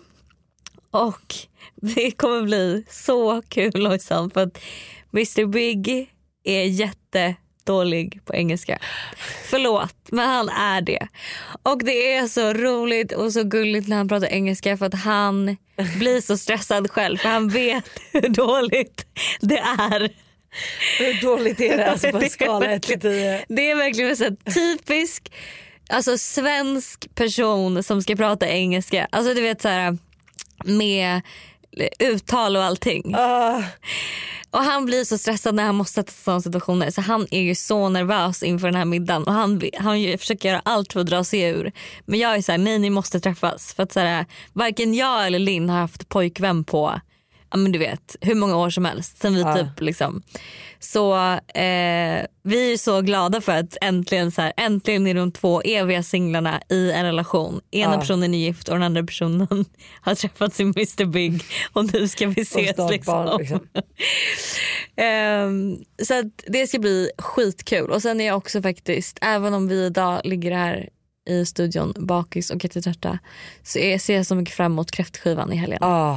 Och det kommer bli så kul och sant för att mister Big är jättedålig på engelska. Förlåt, men han är det. Och det är så roligt och så gulligt när han pratar engelska för att han blir så stressad själv för han vet hur dåligt det är. Hur dåligt är det alltså på en skala ett till tio? Det är verkligen så typisk alltså svensk person som ska prata engelska. Alltså du vet så här med uttal och allting. Uh. Och han blir så stressad när han måste sätta sig i sådana situationer. Så han är ju så nervös inför den här middagen. Och han, han försöker göra allt för att dra sig ur. Men jag är så här, nej ni måste träffas. För att så här, varken jag eller Linn har haft pojkvän på, ja men du vet, hur många år som helst. Sen vi uh. typ liksom. Så eh, vi är så glada för att äntligen så här, äntligen är de två eviga singlarna i en relation. Ena Ja. personen är gift och den andra personen har träffat sin mister Big och nu ska vi ses liksom. Barn, liksom. um, så att det ska bli skitkul. Och sen är jag också faktiskt, även om vi idag ligger här i studion bakis och jättetrötta, så är, ser jag så mycket fram emot kräftskivan i helgen. Ah,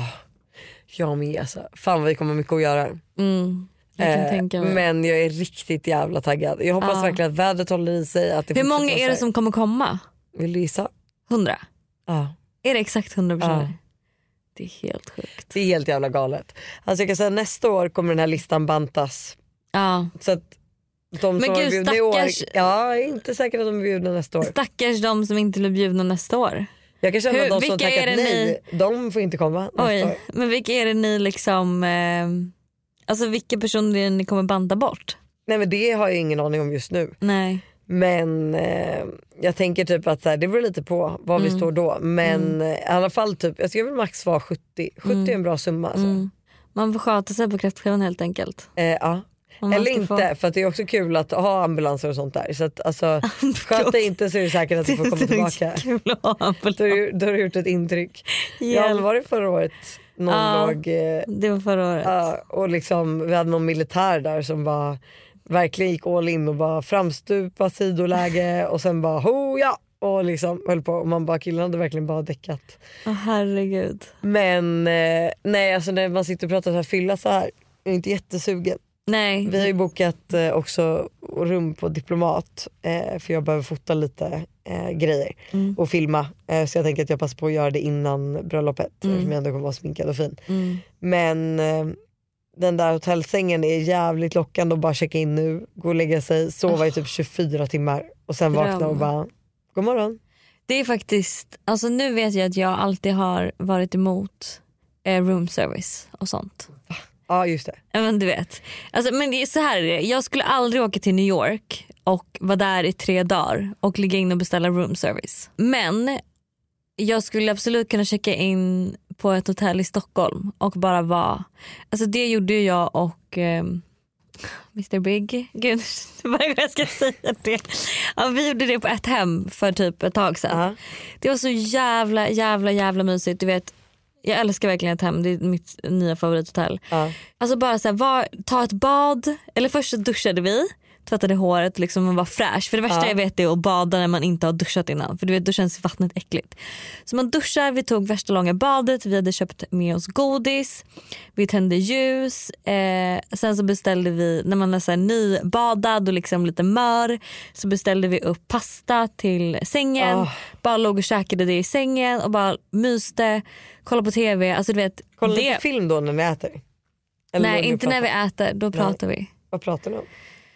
jag med alltså. Fan vad vi kommer mycket att göra. Mm. Jag kan eh, tänka mig. Men jag är riktigt jävla taggad. Jag hoppas Ja. verkligen att vädret håller i sig. Att det Hur fortsätter många vara är så det här. som kommer komma? Vill du gissa? Hundra? Ja. Är det exakt hundra personer? Ja. Det är helt sjukt. Det är helt jävla galet. Alltså jag kan säga nästa år kommer den här listan bantas. Ja. Så att de Men som gud, är bjudna i år, stackars- ja, jag är inte säker att de är bjudna nästa år. Stackars de som inte blir bjudna nästa år. Jag kan känna Hur- att de som vilka tackat är det nej, de får inte komma nästa år. Oj, men vilka är det ni liksom eh, alltså vilka personer är det ni kommer banta bort? Nej men det har jag ingen aning om just nu. Nej. Men eh, jag tänker typ att så här, det beror lite på vad vi Mm. står då. Men Mm. eh, i alla fall typ, jag skulle väl max vara sjuttio. sjuttio Mm. är en bra summa alltså. Mm. Man får sköta sig på kräftskivan helt enkelt. Eh, ja. Man Eller måste inte, få- för att det är också kul att ha ambulanser och sånt där. Så att alltså, sköt dig inte så är det säkert att du får komma Det är så tillbaka. kul att ha ambulans. Då har du, då har du gjort ett intryck. Hjälp. Ja, var det förra året? Någon Ja, låg, eh, det var förra året. ja, och liksom, vi hade någon militär där som bara verkligen gick all in och bara framstupa sidoläge och sen bara ho ja och liksom höll på och man bara killen hade verkligen bara däckat. Åh herregud. Men eh, nej alltså när man sitter och pratar så här fylla så här jag är inte jättesugen. Nej. Vi har ju bokat eh, också rum på Diplomat eh, för jag behöver fota lite eh, grejer Mm. och filma eh, så jag tänker att jag passar på att göra det innan bröllopet Mm. eftersom jag ändå kommer vara sminkad och fin. Mm. Men eh, den där hotellsängen är jävligt lockande att bara checka in nu, gå och lägga sig, sova i typ tjugofyra timmar och sen Dröm. vakna och bara god morgon. Det är faktiskt, alltså nu vet jag att jag alltid har varit emot eh, room service och sånt. Ja just det. Ja men du vet. Alltså, men det är så här är det. Jag skulle aldrig åka till New York och vara där i tre dagar och ligga in och beställa room service. Men jag skulle absolut kunna checka in på ett hotell i Stockholm och bara vara, alltså det gjorde ju jag och ehm, mister Big. Gud, varje gång jag ska säga det. Ja, vi gjorde det på ett hem för typ ett tag sedan. Uh-huh. Det var så jävla, jävla, jävla mysigt. Du vet, jag älskar verkligen ett hem. Det är mitt nya favorithotell. Uh-huh. Alltså bara så här, var, ta ett bad. Eller först så duschade vi. Tvättade håret liksom och var fräsch. För det värsta Ja. jag vet är att bada när man inte har duschat innan. För du vet, då känns vattnet äckligt. Så man duschar, vi tog värsta långa badet. Vi hade köpt med oss godis. Vi tände ljus. Eh, sen så beställde vi, när man är så här nybadad och liksom lite mör, så beställde vi upp pasta till sängen. Oh. Bara låg och käkade det i sängen och bara myste. Kolla på tv. Alltså du vet. Kolla det... lite film då när ni äter? Eller Nej, när ni inte när vi pratar? äter. Då Nej. pratar vi. Vad pratar ni om?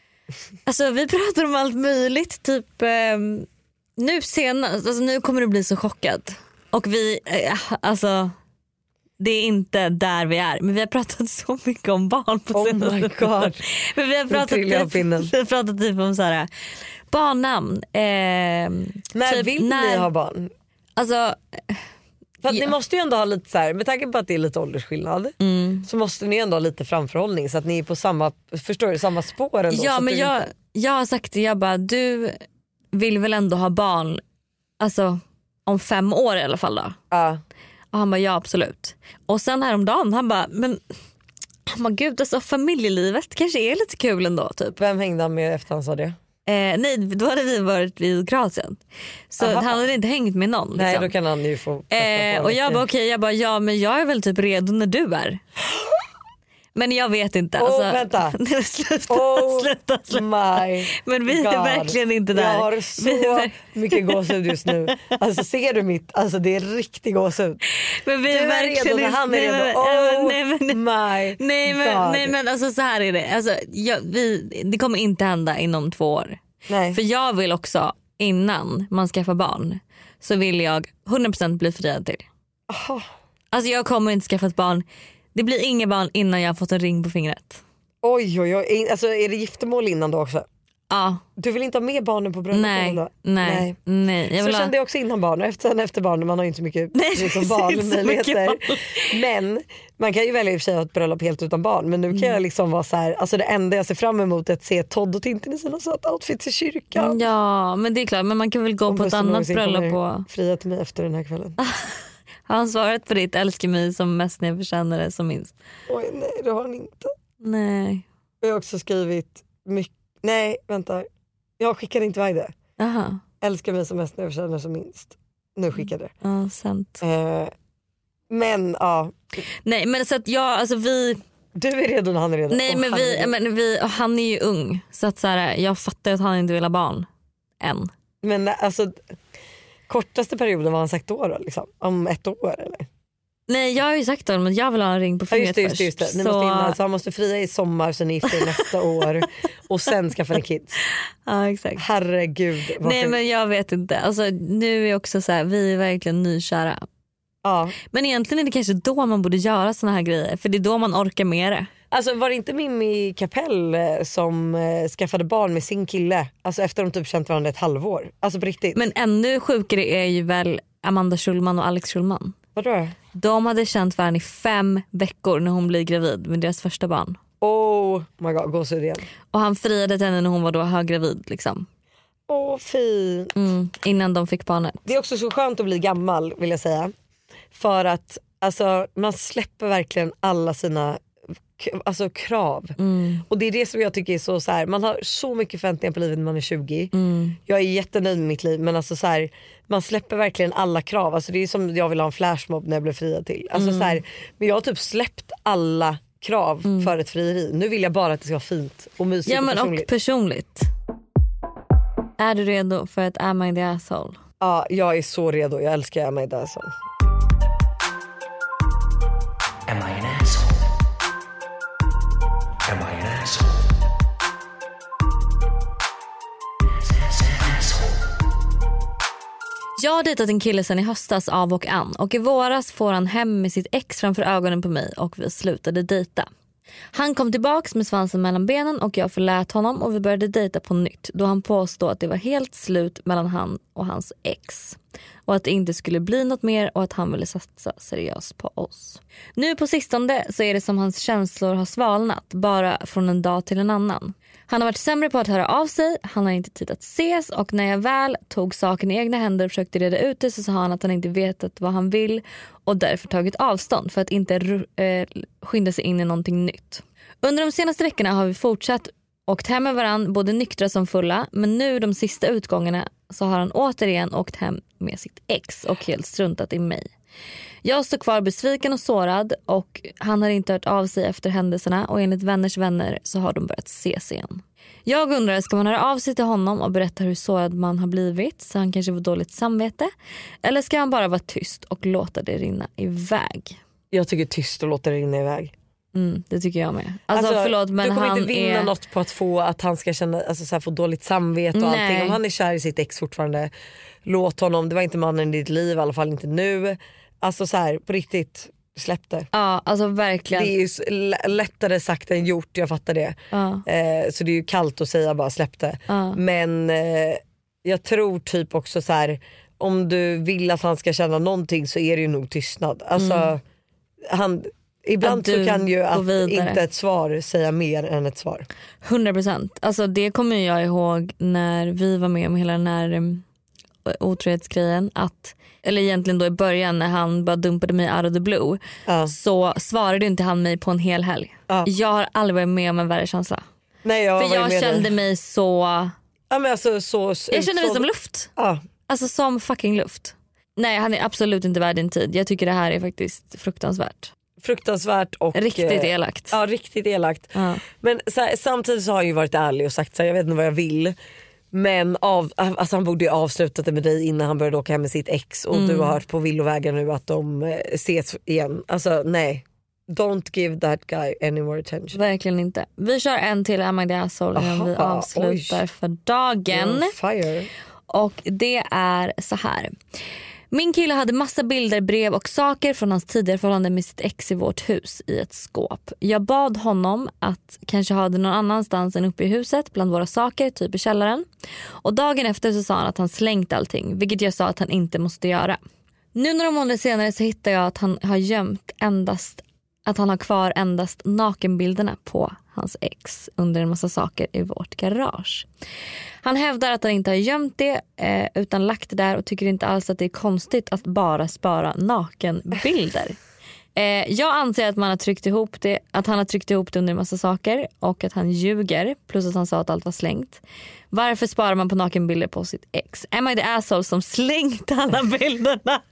Alltså vi pratar om allt möjligt. Typ eh, nu senast, alltså nu kommer du bli så chockad. Och vi, eh, alltså det är inte där vi är. Men vi har pratat så mycket om barn på Oh senaste my tiden. god. Men vi har Nu pratat trillar jag av typ, pinnen. vi har pratat typ om så här barnnamn. Eh, När typ, vill när, ni ha barn? Alltså För att ja. ni måste ju ändå ha lite så här, med tanke på att det är lite åldersskillnad Mm. så måste ni ändå ha lite framförhållning så att ni är på samma, förstår du, samma spår ändå. Ja så men att du jag, inte- jag har sagt det, jag bara du vill väl ändå ha barn alltså om fem år i alla fall då. Ja. Och han bara ja absolut. Och sen häromdagen han bara men han bara, gud alltså familjelivet kanske är lite kul ändå typ. Vem hängde han med efter han sa det? Eh, nej då hade vi varit i Kroatien. Så Aha. han hade inte hängt med någon. Nej liksom. då kan han ju få testa eh, på Och jag lite. bara okej, okay, jag bara ja men jag är väl typ redo när du är. Men jag vet inte. Åh, alltså, vänta. sluta, oh sluta, sluta. My Men vi God. är verkligen inte där. Jag har så mycket gåshud just nu. Alltså ser du mitt? Alltså det är riktig gåshud. Men vi du är är verkligen redo när han är nej, redo. Men, oh nej, men, my nej, men, God. nej men alltså så här är det. Alltså, jag, vi, det kommer inte hända inom två år. Nej. För jag vill också, innan man skaffar barn, så vill jag hundra procent bli friad till. Oh. Alltså jag kommer inte skaffa ett barn. Det blir inga barn innan jag har fått en ring på fingret. Oj oj oj, alltså är det giftermål innan då också? Ja. Du vill inte ha med barnen på bröllopet? Nej, då? nej, nej. Jag så vill ha... kände jag också innan barn och efter, efter barn, man har ju inte så mycket nej, liksom, barnmöjligheter. Men man kan ju välja i och för sig att ett bröllop helt utan barn. Men nu kan mm. jag liksom vara så här, alltså det enda jag ser fram emot är att se Todd och Tintin i sina söta outfits i kyrkan. Ja, men det är klart, men man kan väl gå Om på ett annat bröllop på... Fria till mig efter den här kvällen. Har han svarat på ditt älskar mig som mest när jag förtjänar det som minst? Oj nej, det har han inte. Nej. Jag har också skrivit mycket, nej vänta. Jag skickade inte iväg det. Aha. Älskar mig som mest när jag förtjänar som minst. Nu skickade det. Ja, sant. Eh, men ja. Nej men så att jag, alltså vi... Du är redo när han är redo. Nej men vi, är men vi, han är ju ung. Så att så här, jag fattar att han inte vill ha barn. Än. Men alltså... Kortaste perioden var han sagt då, då liksom? Om ett år eller? Nej jag har ju sagt att jag vill ha en ring på fingret ja, just det, just det, just det. Ni så... måste innan, så han måste fria i sommar så ni gifter nästa år och sen skaffa en kids. Ja exakt. Herregud. Nej men jag vet inte. Alltså, nu är också så här, vi är verkligen nykära. Ja. Men egentligen är det kanske då man borde göra såna här grejer. För det är då man orkar med det. Alltså var det inte Mimmi Kapell som eh, skaffade barn med sin kille? Alltså efter de typ känt varandra ett halvår. Alltså på riktigt. Men ännu sjukare är ju väl Amanda Schulman och Alex Schulman. Vadå? De hade känt varandra i fem veckor när hon blev gravid med deras första barn. Oh my god, gåshud igen. Och han friade till henne när hon var då höggravid liksom. Åh oh, fint. Mm, innan de fick barnet. Det är också så skönt att bli gammal vill jag säga. För att alltså, man släpper verkligen alla sina alltså, krav. Mm. Och det är det som jag tycker är så, så här, man har så mycket förväntningar på livet när man är tjugo. Mm. Jag är jättenöjd med mitt liv men alltså, så här, man släpper verkligen alla krav. Alltså, det är som jag vill ha en flashmob när jag blev friad till. Alltså, Mm. så här, men jag har typ släppt alla krav mm. för ett frieri. Nu vill jag bara att det ska vara fint och mysigt. Ja men och personligt. och personligt. Är du redo för ett Am I the asshole? Ja, jag är så redo. Jag älskar Am I the asshole. Am I an asshole? Am I an asshole? Jag har dejtat en kille sedan i höstas av och an och i våras får han hem med sitt ex framför ögonen på mig och vi slutade dejta. Han kom tillbaks med svansen mellan benen och jag förlät honom och vi började dejta på nytt då han påstod att det var helt slut mellan han och hans ex. Och att det inte skulle bli något mer och att han ville satsa seriöst på oss. Nu på sistone så är det som hans känslor har svalnat bara från en dag till en annan. Han har varit sämre på att höra av sig, han har inte tid att ses och när jag väl tog saken i egna händer och försökte reda ut det så sa han att han inte vetat vad han vill och därför tagit avstånd för att inte äh, skynda sig in i någonting nytt. Under de senaste veckorna har vi fortsatt åkt hem med varann både nyktra som fulla men nu de sista utgångarna så har han återigen åkt hem med sitt ex och helt struntat i mig. Jag står kvar besviken och sårad och han har inte hört av sig efter händelserna och enligt vänners vänner så har de börjat ses igen. Jag undrar, ska man höra av sig till honom och berätta hur sårad man har blivit så han kanske får dåligt samvete? Eller ska han bara vara tyst och låta det rinna iväg? Jag tycker tyst och låta det rinna iväg. Mm, det tycker jag med. Alltså, alltså förlåt men du kommer han inte vinna är... något på att få att han ska känna, alltså, så här, få dåligt samvete och Nej. allting. Om han är kär i sitt ex fortfarande, låt honom, det var inte mannen i ditt liv, i alla fall inte nu. Alltså så här, på riktigt, släpp det. Ja, alltså verkligen. Det är ju lättare sagt än gjort, jag fattar det. Ja. Eh, så det är ju kallt att säga bara släpp det. Ja. Men eh, jag tror typ också så här, om du vill att han ska känna någonting så är det ju nog tystnad. Alltså Mm. han... Ibland så kan ju att vidare. inte ett svar säga mer än ett svar. hundra procent. Alltså det kommer jag ihåg när vi var med om hela den här um, otrohetsgrejen. Att, eller egentligen då i början när han bara dumpade mig out of the blue. Ja. Så svarade inte han mig på en hel helg. Ja. Jag har aldrig varit med om en värre känsla. Nej, jag För jag med kände dig. mig så... Ja, men alltså, så, så Jag kände mig så... som luft. Ja. Alltså som fucking luft. Nej, han är absolut inte värd din tid. Jag tycker det här är faktiskt fruktansvärt. fruktansvärt och riktigt eh, elakt. Ja, riktigt elakt. Ja. Men så här, samtidigt så har han ju varit ärlig och sagt så här, jag vet inte vad jag vill. Men av, alltså han borde ju avslutat det med dig innan han började åka hem med sitt ex. Och mm. du har hört på villovägar nu att de eh, ses igen. Alltså nej. Don't give that guy any more attention. Verkligen inte. Vi kör en till Am I the Asshole innan vi avslutar oj. för dagen. Fire. Och det är så här. Min kille hade massa bilder, brev och saker från hans tidigare förhållande med sitt ex i vårt hus i ett skåp. Jag bad honom att kanske ha det någon annanstans än uppe i huset bland våra saker, typ i källaren. Och dagen efter så sa han att han slängt allting, vilket jag sa att han inte måste göra. Nu några månader senare så hittar jag att han har gömt endast att han har kvar endast nakenbilderna på hans ex under en massa saker i vårt garage. Han hävdar att han inte har gömt det eh, utan lagt det där och tycker inte alls att det är konstigt att bara spara nakenbilder. Eh, jag anser att man har tryckt ihop det, att han har tryckt ihop det under en massa saker och att han ljuger, plus att han sa att allt var slängt. Varför sparar man på nakenbilder på sitt ex? Am I the asshole som slängt alla bilderna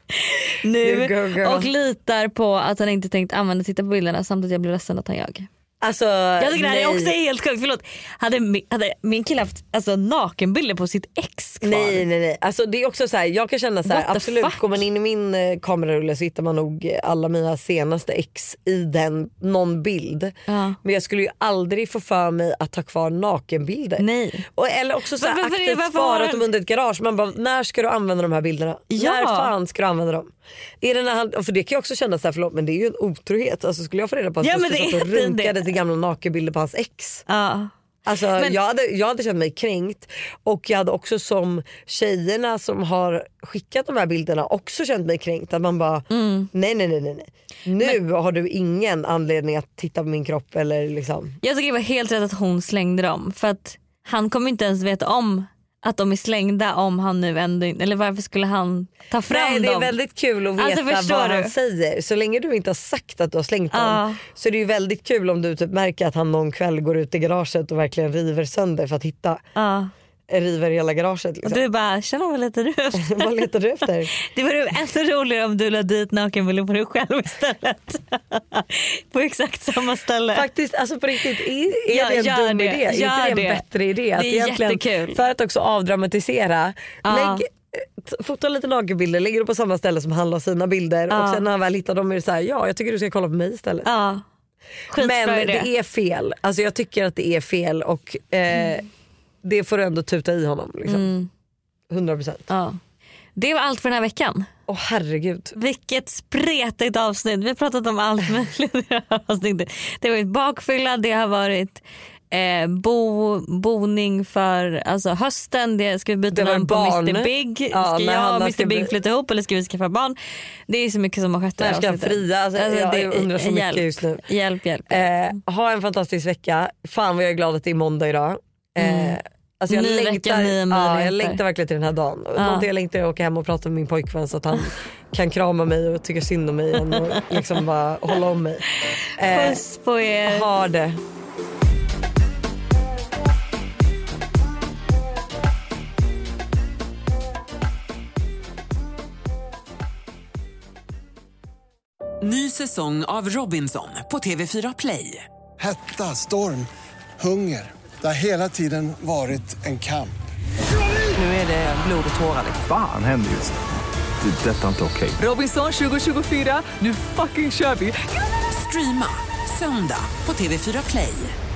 nu go, och litar på att han inte tänkt använda titta på bilderna samt att jag blir ledsen att han ljög? Alltså, jag tycker det här är också helt sjukt. Förlåt. Hade, min, hade min kille haft alltså, nakenbilder på sitt ex kvar? Nej nej nej. Alltså, det är också så här, jag kan känna så här, absolut fuck? Går man in i min eh, kamerarulle så hittar man nog alla mina senaste ex i den, någon bild. Ja. Men jag skulle ju aldrig få för mig att ta kvar nakenbilder. Nej. Och, eller också så här, varför, aktivt varför sparat dem under ett garage. Man bara, när ska du använda de här bilderna? Ja. När fan ska du använda dem? Är det när han, för det kan jag också känna så här, förlåt men det är ju en otrohet. Alltså skulle jag få reda på att ja, jag skulle och runkade till gamla nakenbilder på hans ex. Ja. Alltså men, jag, hade, jag hade känt mig kränkt. Och jag hade också som tjejerna som har skickat de här bilderna också känt mig kränkt. Att man bara, mm. nej nej nej nej. Nu men, har du ingen anledning att titta på min kropp eller liksom. Jag tycker det var helt rätt att hon slängde dem. För att han kommer inte ens veta om att de är slängda om han nu ändå inte, eller varför skulle han ta fram dem? Nej, det är väldigt kul att veta alltså, vad han du? säger. Så länge du inte har sagt att du har slängt dem uh. så är det ju väldigt kul om du typ märker att han någon kväll går ut i garaget och verkligen river sönder för att hitta. Uh. River hela garaget liksom. Och du bara, känna vad letar du efter? Vad letar du efter? Det var ännu roligare om du la dit nakenbilder på dig själv istället. På exakt samma ställe. Faktiskt, alltså på riktigt, är, är ja, det en dum det. idé? Är inte det en det. bättre idé? Att det är jättekul. För att också avdramatisera, ja. lägg, fota lite nakenbilder, lägger du på samma ställe som han la sina bilder ja. och sen när han väl hittar dem är det så här, ja jag tycker du ska kolla på mig istället. Ja. Men det. det är fel. Alltså jag tycker att det är fel och eh, mm. det får du ändå tuta i honom liksom. mm. hundra procent. Ja. Det var allt för den här veckan. Åh oh, herregud. Vilket spretigt avsnitt. Vi har pratat om allt möjligt. Det har varit bakfylla, det har varit eh, bo, boning för alltså, hösten. Det ska vi byta namn på mister Big. Ja, ska jag och mister Big flytta ihop eller ska vi skaffa barn? Det är så mycket som har skett. När ska fria? Alltså, alltså, jag det, undrar så hjälp, mycket just nu. Hjälp, hjälp. Eh, ha en fantastisk vecka. Fan vad jag är glad att det är måndag idag. Mm. Eh, Alltså jag, längtar, ja, jag längtar verkligen till den här dagen. Ja. Någonting jag längtar är att åka hem och prata med min pojkvän så att han kan krama mig och tycka synd om mig igen och liksom bara hålla om mig. Eh, Puss på er. Ha det. Ny säsong av Robinson på T V fyra Play. Hetta, storm, hunger. Det har hela tiden varit en kamp. Nu är det blod och tårar. Fan händer just det. Det är detta inte okej. Okay. Robinson tjugo tjugofyra, nu fucking kör vi. Streama söndag på T V fyra Play.